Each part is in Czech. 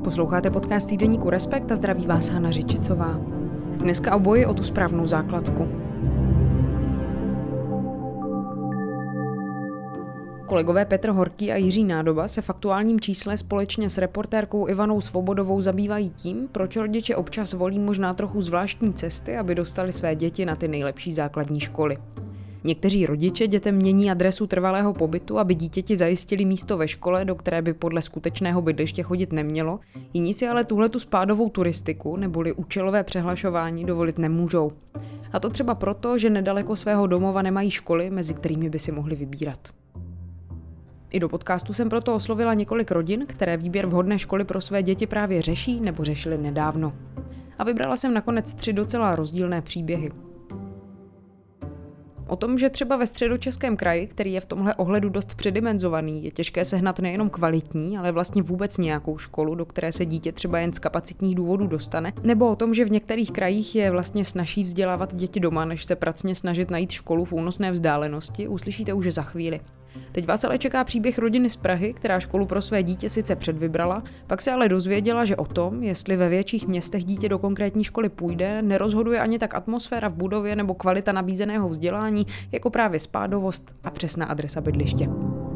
Posloucháte podcast týdeníku Respekt a zdraví vás Hana Řičicová. Dneska o boji o tu správnou základku. Kolegové Petr Horký a Jiří Nádoba se v aktuálním čísle společně s reportérkou Ivanou Svobodovou zabývají tím, proč rodiče občas volí možná trochu zvláštní cesty, aby dostali své děti na ty nejlepší základní školy. Někteří rodiče dětem mění adresu trvalého pobytu, aby dítěti zajistili místo ve škole, do které by podle skutečného bydliště chodit nemělo, jiní si ale tuhletu spádovou turistiku neboli účelové přehlašování dovolit nemůžou. A to třeba proto, že nedaleko svého domova nemají školy, mezi kterými by si mohli vybírat. I do podcastu jsem proto oslovila několik rodin, které výběr vhodné školy pro své děti právě řeší nebo řešili nedávno. A vybrala jsem nakonec 3 docela rozdílné příběhy. O tom, že třeba ve Středočeském kraji, který je v tomhle ohledu dost předimenzovaný, je těžké sehnat nejenom kvalitní, ale vlastně vůbec nějakou školu, do které se dítě třeba jen z kapacitních důvodů dostane, nebo o tom, že v některých krajích je vlastně snazší vzdělávat děti doma, než se pracně snažit najít školu v únosné vzdálenosti, uslyšíte už za chvíli. Teď vás ale čeká příběh rodiny z Prahy, která školu pro své dítě sice předvybrala, pak se ale dozvěděla, že o tom, jestli ve větších městech dítě do konkrétní školy půjde, nerozhoduje ani tak atmosféra v budově nebo kvalita nabízeného vzdělání, jako právě spádovost a přesná adresa bydliště.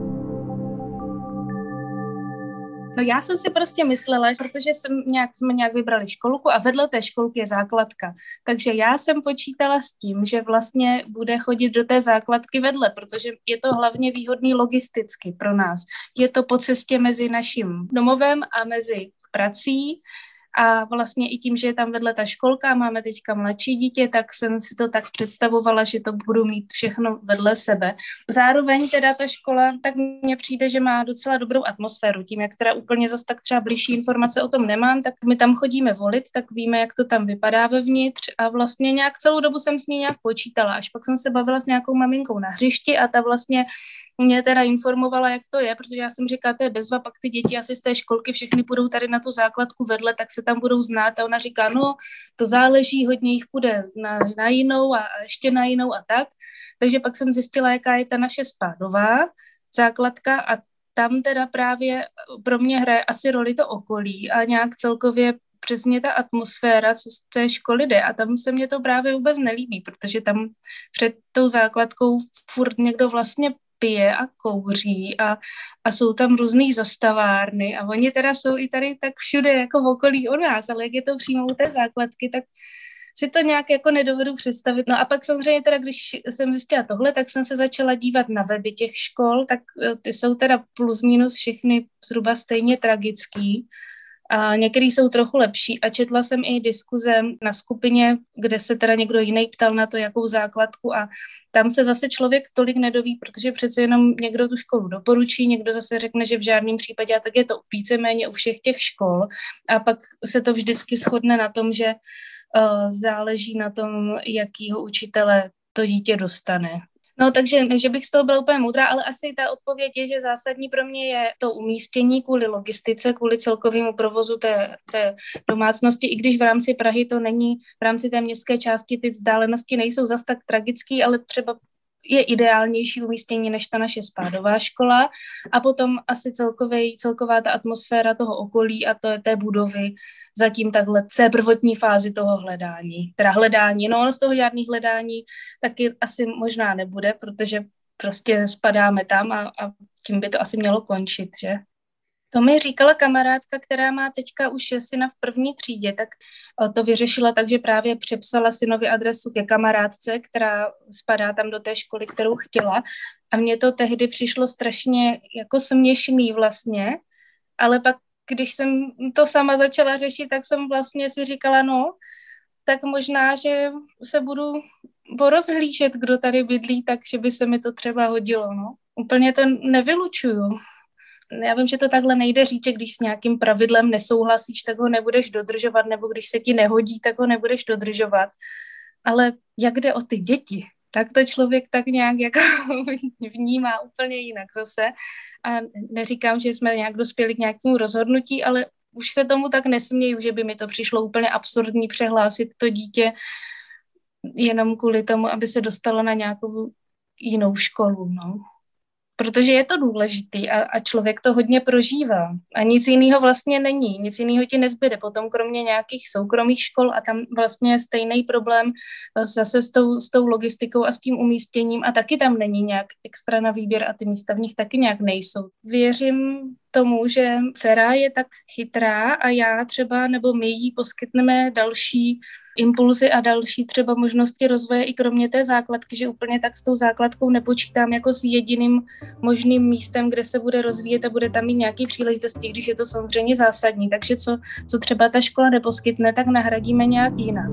No já jsem si prostě myslela, protože jsme nějak vybrali školku a vedle té školky je základka. Takže já jsem počítala s tím, že vlastně bude chodit do té základky vedle, protože je to hlavně výhodný logisticky pro nás. Je to po cestě mezi naším domovem a mezi prací. A vlastně i tím, že je tam vedle ta školka, máme teďka mladší dítě, tak jsem si to tak představovala, že to budu mít všechno vedle sebe. Zároveň teda ta škola, tak mně přijde, že má docela dobrou atmosféru. Tím, jak teda úplně zase tak třeba bližší informace o tom nemám, tak my tam chodíme volit, tak víme, jak to tam vypadá vevnitř a vlastně nějak celou dobu jsem s ní nějak počítala. Až pak jsem se bavila s nějakou maminkou na hřišti a ta vlastně mě teda informovala, jak to je, protože já jsem říkala, to je bezva, pak ty děti asi z té školky všechny půjdou tady na tu základku vedle, tak se tam budou znát a ona říká, no, to záleží, hodně jich půjde na jinou a ještě na jinou a tak. Takže pak jsem zjistila, jaká je ta naše spádová základka a tam teda právě pro mě hraje asi roli to okolí a nějak celkově přesně ta atmosféra, co z té školy jde a tam se mě to právě vůbec nelíbí, protože tam před tou základkou furt někdo vlastně pije a kouří a jsou tam různý zastavárny a oni teda jsou i tady tak všude jako v okolí o nás, ale jak je to přímo u té základky, tak si to nějak jako nedovedu představit. No a pak samozřejmě teda, když jsem zjistila tohle, tak jsem se začala dívat na weby těch škol, tak ty jsou teda plus minus všechny zhruba stejně tragický. A některý jsou trochu lepší a četla jsem i diskuze na skupině, kde se teda někdo jiný ptal na to, jakou základku a tam se zase člověk tolik nedoví, protože přece jenom někdo tu školu doporučí, někdo zase řekne, že v žádném případě a tak je to víceméně u všech těch škol a pak se to vždycky shodne na tom, že záleží na tom, jakýho učitele to dítě dostane. No, takže že bych z toho byla úplně moudrá, ale asi ta odpověď je, že zásadní pro mě je to umístění kvůli logistice, kvůli celkovému provozu té domácnosti, i když v rámci Prahy to není, v rámci té městské části ty vzdálenosti nejsou zas tak tragický, ale třeba je ideálnější umístění než ta naše spádová škola a potom asi celková ta atmosféra toho okolí a té budovy zatím takhle v té prvotní fázi toho hledání. No, z toho žádný hledání taky asi možná nebude, protože prostě spadáme tam a tím by to asi mělo končit, že? To mi říkala kamarádka, která má teďka už syna v 1. třídě, tak to vyřešila tak, že právě přepsala synovi adresu ke kamarádce, která spadá tam do té školy, kterou chtěla. A mně to tehdy přišlo strašně jako směšný vlastně, ale pak když jsem to sama začala řešit, tak jsem vlastně si říkala, no, tak možná, že se budu porozhlížet, kdo tady bydlí, takže by se mi to třeba hodilo, no. Úplně to nevylučuju. Já vím, že to takhle nejde říct, že když s nějakým pravidlem nesouhlasíš, tak ho nebudeš dodržovat, nebo když se ti nehodí, tak ho nebudeš dodržovat. Ale jak jde o ty děti? Tak to člověk tak nějak jako vnímá úplně jinak zase. A neříkám, že jsme nějak dospěli k nějakému rozhodnutí, ale už se tomu tak nesměju, že by mi to přišlo úplně absurdní přehlásit to dítě jenom kvůli tomu, aby se dostalo na nějakou jinou školu, no. protože je to důležitý a člověk to hodně prožívá. A nic jiného vlastně není, nic jiného ti nezbyde. Potom kromě nějakých soukromých škol a tam vlastně stejný problém zase s tou logistikou a s tím umístěním a taky tam není nějak extra na výběr a ty místa v nich taky nějak nejsou. Věřím tomu, že dcera je tak chytrá a já třeba, nebo my jí poskytneme další impulzy a další třeba možnosti rozvoje i kromě té základky, že úplně tak s tou základkou nepočítám jako s jediným možným místem, kde se bude rozvíjet a bude tam mít nějaké příležitosti, když je to samozřejmě zásadní. Takže co třeba ta škola neposkytne, tak nahradíme nějak jinak.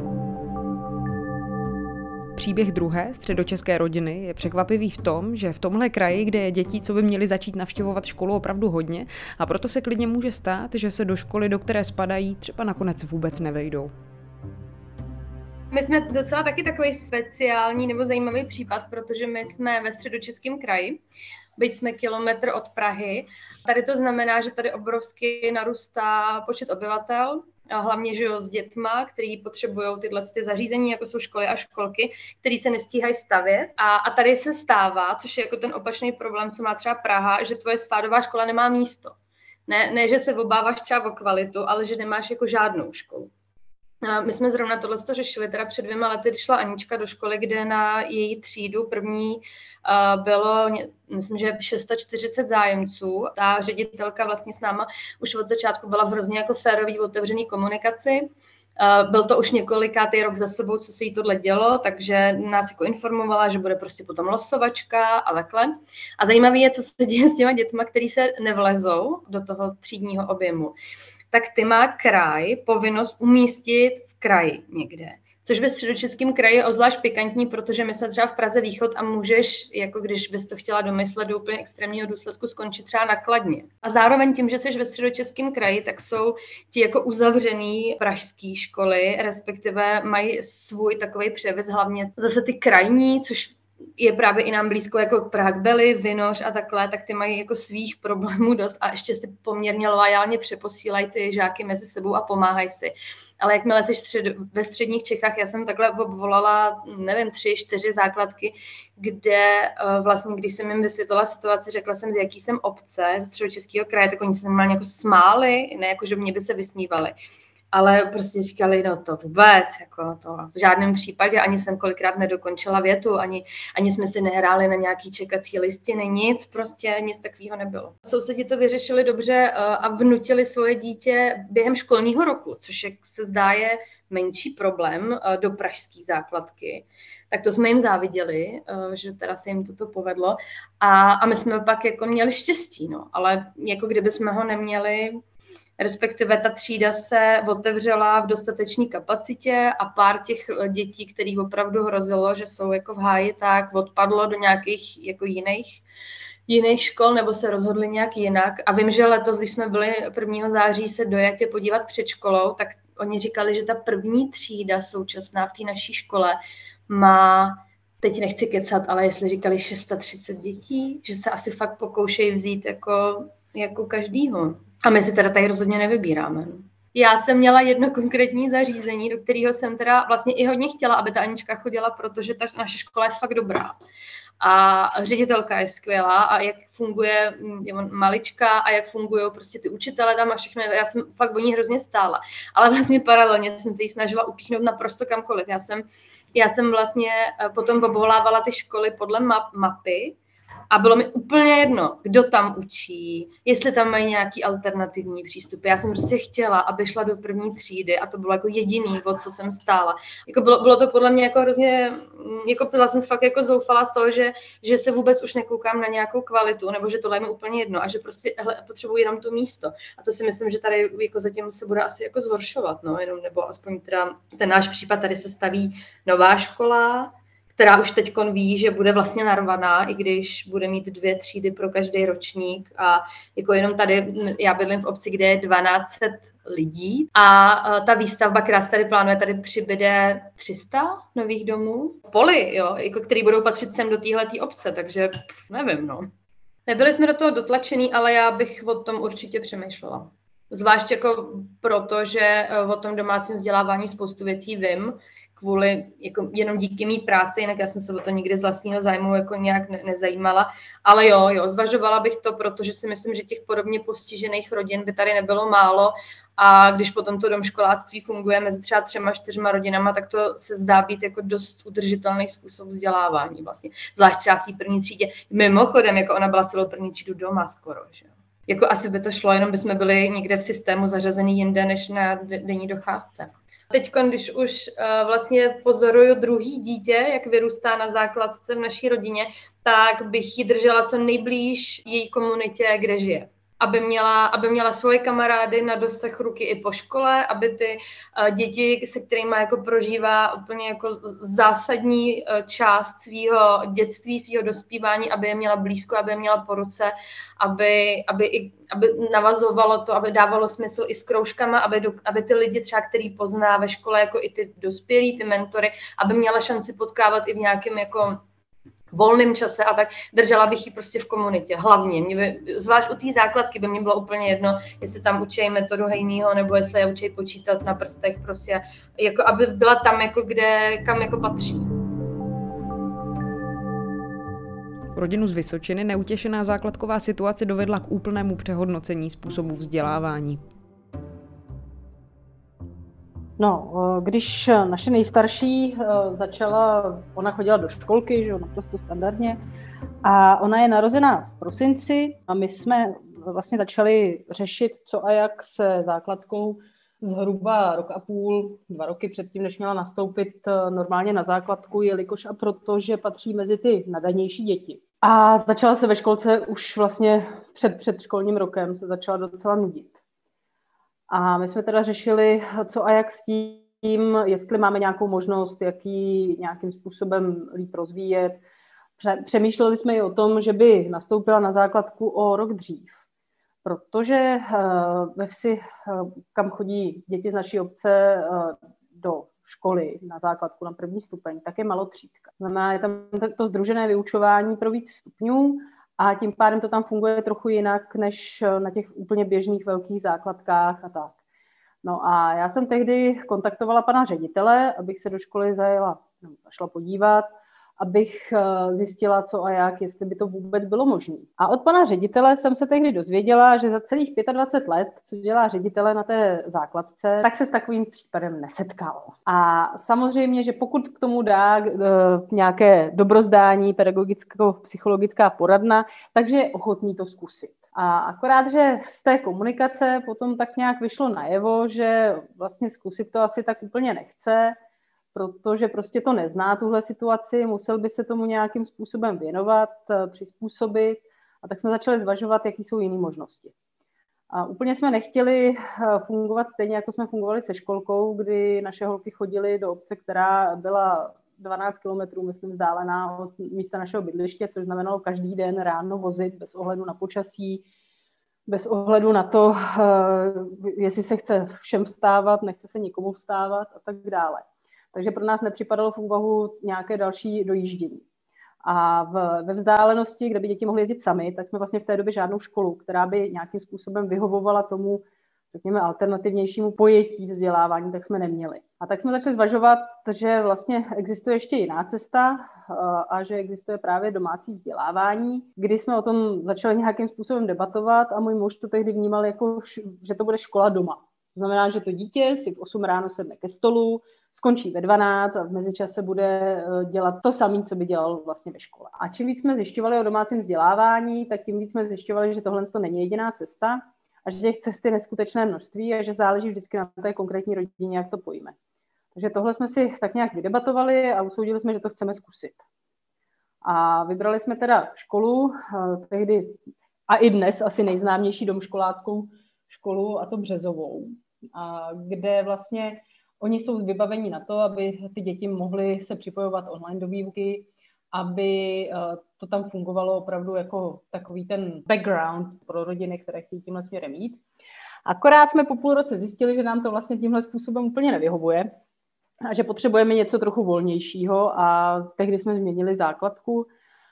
Příběh druhé středočeské rodiny je překvapivý v tom, že v tomhle kraji, kde je dětí, co by měly začít navštěvovat školu opravdu hodně, a proto se klidně může stát, že se do školy, do které spadají, třeba nakonec vůbec nevejdou. My jsme docela taky takový speciální nebo zajímavý případ, protože my jsme ve Středočeském kraji, byť jsme kilometr od Prahy. Tady to znamená, že tady obrovsky narůstá počet obyvatel, a hlavně že jo, s dětma, který potřebují tyhle zařízení, jako jsou školy a školky, které se nestíhají stavět. A tady se stává, což je jako ten opačný problém, co má třeba Praha, že tvoje spádová škola nemá místo. Ne, že se obáváš třeba o kvalitu, ale že nemáš jako žádnou školu. A my jsme zrovna tohle řešili, teda před 2 lety, když šla Anička do školy, kde na její třídu první bylo, myslím, že 640 zájemců. Ta ředitelka vlastně s náma už od začátku byla v hrozně jako férový, otevřený komunikaci. Byl to už několikátý rok za sebou, co se jí tohle dělo, takže nás jako informovala, že bude prostě potom losovačka a takhle. A zajímavé je, co se děje s těma dětma, který se nevlezou do toho třídního objemu. Tak ty má kraj povinnost umístit v kraji někde. Což ve Středočeském kraji je ozvlášť pikantní, protože my jsme třeba v Praze východ a můžeš, jako když bys to chtěla domyslet do úplně extrémního důsledku, skončit třeba na Kladně. A zároveň tím, že jsi ve Středočeském kraji, tak jsou ti jako uzavřený pražské školy, respektive mají svůj takový převis, hlavně zase ty krajní, což je právě i nám blízko jako Prague-Bely, Vinoř a takhle, tak ty mají jako svých problémů dost a ještě si poměrně loajálně přeposílají ty žáky mezi sebou a pomáhají si. Ale jakmile jsi ve středních Čechách, já jsem takhle obvolala, nevím, 3-4 základky, kde vlastně, když jsem jim vysvětlila situaci, řekla jsem, z jaký jsem obce, ze Středočeského kraje, tak oni se normálně jako smáli, ne jako, že mě by se vysmívali. Ale prostě říkali, no to vůbec, jako to v žádném případě, ani jsem kolikrát nedokončila větu, ani jsme si nehráli na nějaký čekací listiny, nic takového nebylo. Sousedi to vyřešili dobře a vnutili svoje dítě během školního roku, což se zdá je menší problém do pražské základky. Tak to jsme jim záviděli, že teda se jim toto povedlo a my jsme pak jako měli štěstí, no, ale jako kdyby jsme ho neměli, respektive ta třída se otevřela v dostatečné kapacitě a pár těch dětí, kterých opravdu hrozilo, že jsou jako v háji, tak odpadlo do nějakých jako jiných škol nebo se rozhodli nějak jinak. A vím, že letos, když jsme byli 1. září se do Jatě podívat před školou, tak oni říkali, že ta první třída současná v té naší škole má, teď nechci kecat, ale jestli říkali 630 dětí, že se asi fakt pokoušejí vzít jako každýho. A my si teda tady rozhodně nevybíráme. Já jsem měla jedno konkrétní zařízení, do kterého jsem teda vlastně i hodně chtěla, aby ta Anička chodila, protože ta naše škola je fakt dobrá. A ředitelka je skvělá a jak funguje malička a jak fungují prostě ty učitele tam a všechno. Já jsem fakt o ní hrozně stála. Ale vlastně paralelně jsem se jí snažila upíchnout naprosto kamkoliv. Já jsem vlastně potom obvolávala ty školy podle mapy, a bylo mi úplně jedno, kdo tam učí, jestli tam mají nějaký alternativní přístupy. Já jsem prostě chtěla, aby šla do 1. třídy a to bylo jako jediný, o co jsem stála. Jako bylo to podle mě jako hrozně, jako byla jsem fakt jako zoufala z toho, že se vůbec už nekoukám na nějakou kvalitu, nebo že tohle je mi úplně jedno a že prostě potřebuji jenom to místo. A to si myslím, že tady jako zatím se bude asi jako zhoršovat, no, jenom, nebo aspoň teda ten náš případ, tady se staví nová škola, která už teďkon ví, že bude vlastně narvaná, i když bude mít 2 třídy pro každý ročník. A jako jenom tady, já bydlím v obci, kde je 1200 lidí a ta výstavba, která se tady plánuje, tady přibyde 300 nových domů. Poli, jo, jako který budou patřit sem do téhletý obce, takže nevím, no. Nebyli jsme do toho dotlačený, ale já bych o tom určitě přemýšlela. Zvlášť jako proto, že o tom domácím vzdělávání spoustu věcí vím, kvůli, jako jenom díky mý práci, jinak já jsem se o to nikdy z vlastního zájmu jako nějak nezajímala. Ale jo, zvažovala bych to, protože si myslím, že těch podobně postižených rodin by tady nebylo málo a když potom to domškoláctví funguje mezi třeba 3-4 rodinama, tak to se zdá být jako dost udržitelný způsob vzdělávání vlastně, zvlášť třeba v té první třídě. Mimochodem, jako ona byla celou první třídu doma skoro, že? Jako asi by to šlo, jenom bychom byli někde v systému zařazený jinde než na denní docházce. Teď, když už vlastně pozoruju druhý dítě, jak vyrůstá na základce v naší rodině, tak bych ji držela co nejblíž její komunitě, kde žije. Aby měla svoje kamarády na dosah ruky i po škole, aby ty děti, se kterými jako prožívá úplně jako zásadní část svého dětství, svého dospívání, aby je měla blízko, aby je měla po ruce, aby navazovalo to, aby dávalo smysl i s kroužkama, aby ty lidi třeba, který pozná ve škole, jako i ty dospělí, ty mentory, aby měla šanci potkávat i v nějakém jako volném čase a tak, držela bych ji prostě v komunitě, hlavně. Zvlášť u té základky by mě bylo úplně jedno, jestli tam učí metodu Hejnýho, nebo jestli je učí počítat na prstech, prostě, jako aby byla tam, jako kam jako patří. Rodinu z Vysočiny neutěšená základková situace dovedla k úplnému přehodnocení způsobu vzdělávání. No, když naše nejstarší ona chodila do školky, že jo, naprosto standardně, a ona je narozená v prosinci a my jsme vlastně začali řešit, co a jak se základkou zhruba 1,5 roku, 2 roky předtím, než měla nastoupit normálně na základku, jelikož a protože patří mezi ty nadanější děti. A začala se ve školce už vlastně před školním rokem, se začala docela nudit. A my jsme teda řešili, co a jak s tím, jestli máme nějakou možnost, jak ji nějakým způsobem líp rozvíjet. Přemýšleli jsme i o tom, že by nastoupila na základku o rok dřív, protože ve vsi, kam chodí děti z naší obce do školy na základku na 1. stupeň, tak je malotřídka. Znamená, je tam to sdružené vyučování pro víc stupňů, a tím pádem to tam funguje trochu jinak, než na těch úplně běžných velkých základkách a tak. No a já jsem tehdy kontaktovala pana ředitele, abych se do školy zašla podívat, abych zjistila, co a jak, jestli by to vůbec bylo možné. A od pana ředitele jsem se tehdy dozvěděla, že za celých 25 let, co dělá ředitele na té základce, tak se s takovým případem nesetkal. A samozřejmě, že pokud k tomu dá nějaké dobrozdání, pedagogicko-psychologická poradna, takže je ochotný to zkusit. A akorát, že z té komunikace potom tak nějak vyšlo najevo, že vlastně zkusit to asi tak úplně nechce, protože prostě to nezná, tuhle situaci, musel by se tomu nějakým způsobem věnovat, přizpůsobit, a tak jsme začali zvažovat, jaký jsou jiné možnosti. A úplně jsme nechtěli fungovat stejně, jako jsme fungovali se školkou, kdy naše holky chodily do obce, která byla 12 kilometrů, myslím, vzdálená od místa našeho bydliště, což znamenalo každý den ráno vozit bez ohledu na počasí, bez ohledu na to, jestli se chce všem vstávat, nechce se nikomu vstávat a tak dále. Takže pro nás nepřipadalo v úvahu nějaké další dojíždění. A ve vzdálenosti, kde by děti mohly jezdit sami, tak jsme vlastně v té době žádnou školu, která by nějakým způsobem vyhovovala tomu, řekněme, alternativnějšímu pojetí vzdělávání, tak jsme neměli. A tak jsme začali zvažovat, že vlastně existuje ještě jiná cesta a že existuje právě domácí vzdělávání, kdy jsme o tom začali nějakým způsobem debatovat a můj muž to tehdy vnímal jako, že to bude škola doma. To znamená, že to dítě si v 8 ráno sedne ke stolu, skončí ve 12 a v mezičase bude dělat to samé, co by dělal vlastně ve škole. A čím víc jsme zjišťovali o domácím vzdělávání, tak tím víc jsme zjišťovali, že tohle to není jediná cesta a že těch cest je neskutečné množství a že záleží vždycky na té konkrétní rodině, jak to pojme. Takže tohle jsme si tak nějak vydebatovali a usoudili jsme, že to chceme zkusit. A vybrali jsme teda školu, tehdy a i dnes asi nejznámější domškoláckou školu, a to Březovou, kde vlastně oni jsou vybaveni na to, aby ty děti mohly se připojovat online do výuky, aby to tam fungovalo opravdu jako takový ten background pro rodiny, které chtějí tímhle směrem jít. Akorát jsme po půl roce zjistili, že nám to vlastně tímhle způsobem úplně nevyhovuje a že potřebujeme něco trochu volnějšího, a tehdy jsme změnili základku.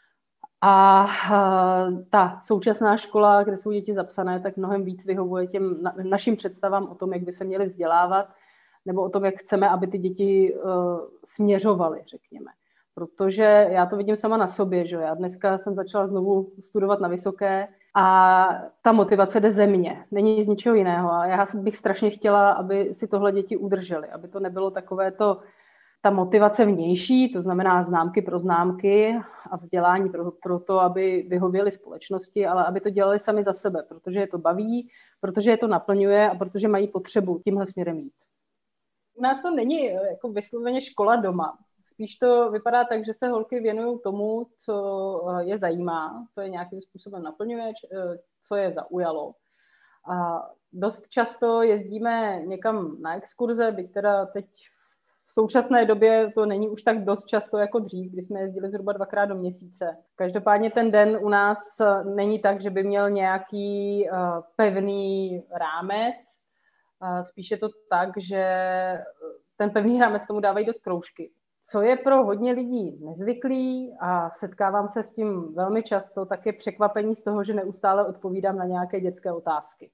A ta současná škola, kde jsou děti zapsané, tak mnohem víc vyhovuje těm našim představám o tom, jak by se měly vzdělávat. nebo o tom, jak chceme, aby ty děti směřovaly, řekněme. Protože já to vidím sama na sobě, že já dneska jsem začala znovu studovat na vysoké a ta motivace jde ze mě, není z ničeho jiného. A já bych strašně chtěla, aby si tohle děti udržely, aby to nebylo takové ta motivace vnější, to znamená známky pro známky a vzdělání pro to, aby vyhověli společnosti, ale aby to dělali sami za sebe, protože je to baví, protože je to naplňuje a protože mají potřebu tímhle směrem jít. U nás to není jako vysloveně škola doma. Spíš to vypadá tak, že se holky věnují tomu, co je zajímá, co je nějakým způsobem naplňuje, co je zaujalo. A dost často jezdíme někam na exkurze, byť teda teď v současné době to není už tak dost často jako dřív, kdy jsme jezdili zhruba 2krát do měsíce. Každopádně ten den u nás není tak, že by měl nějaký pevný rámec. Spíš je to tak, že ten pevný rámec tomu dávají dost kroužky. Co je pro hodně lidí nezvyklý a setkávám se s tím velmi často, tak je překvapení z toho, že neustále odpovídám na nějaké dětské otázky.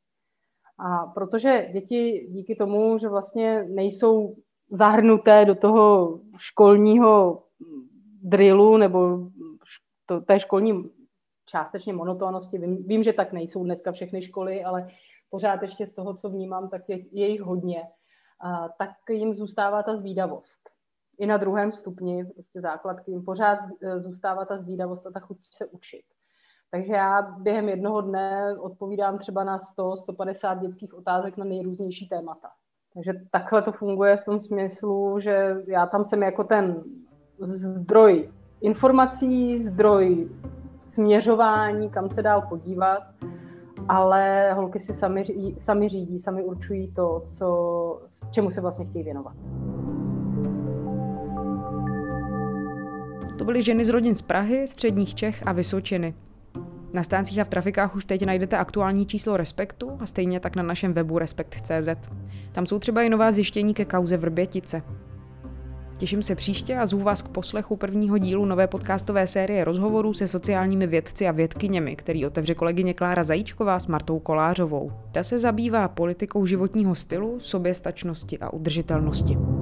A protože děti díky tomu, že vlastně nejsou zahrnuté do toho školního drillu nebo té školní částečně monotónnosti, vím, že tak nejsou dneska všechny školy, ale pořád ještě z toho, co vnímám, tak je jich hodně, tak jim zůstává ta zvídavost. I na 2. stupni prostě základky jim pořád zůstává ta zvídavost a ta chuť se učit. Takže já během jednoho dne odpovídám třeba na 100-150 dětských otázek na nejrůznější témata. Takže takhle to funguje v tom smyslu, že já tam jsem jako ten zdroj informací, zdroj směřování, kam se dál podívat, ale holky si sami řídí, sami určují to, čemu se vlastně chtějí věnovat. To byly ženy z rodin z Prahy, středních Čech a Vysočiny. Na stáncích a v trafikách už teď najdete aktuální číslo Respektu a stejně tak na našem webu respekt.cz. Tam jsou třeba i nová zjištění ke kauze Vrbětice. Těším se příště a zvu vás k poslechu prvního dílu nové podcastové série rozhovorů se sociálními vědci a vědkyněmi, který otevře kolegyně Klára Zajíčková s Martou Kolářovou. Ta se zabývá politikou životního stylu, soběstačnosti a udržitelnosti.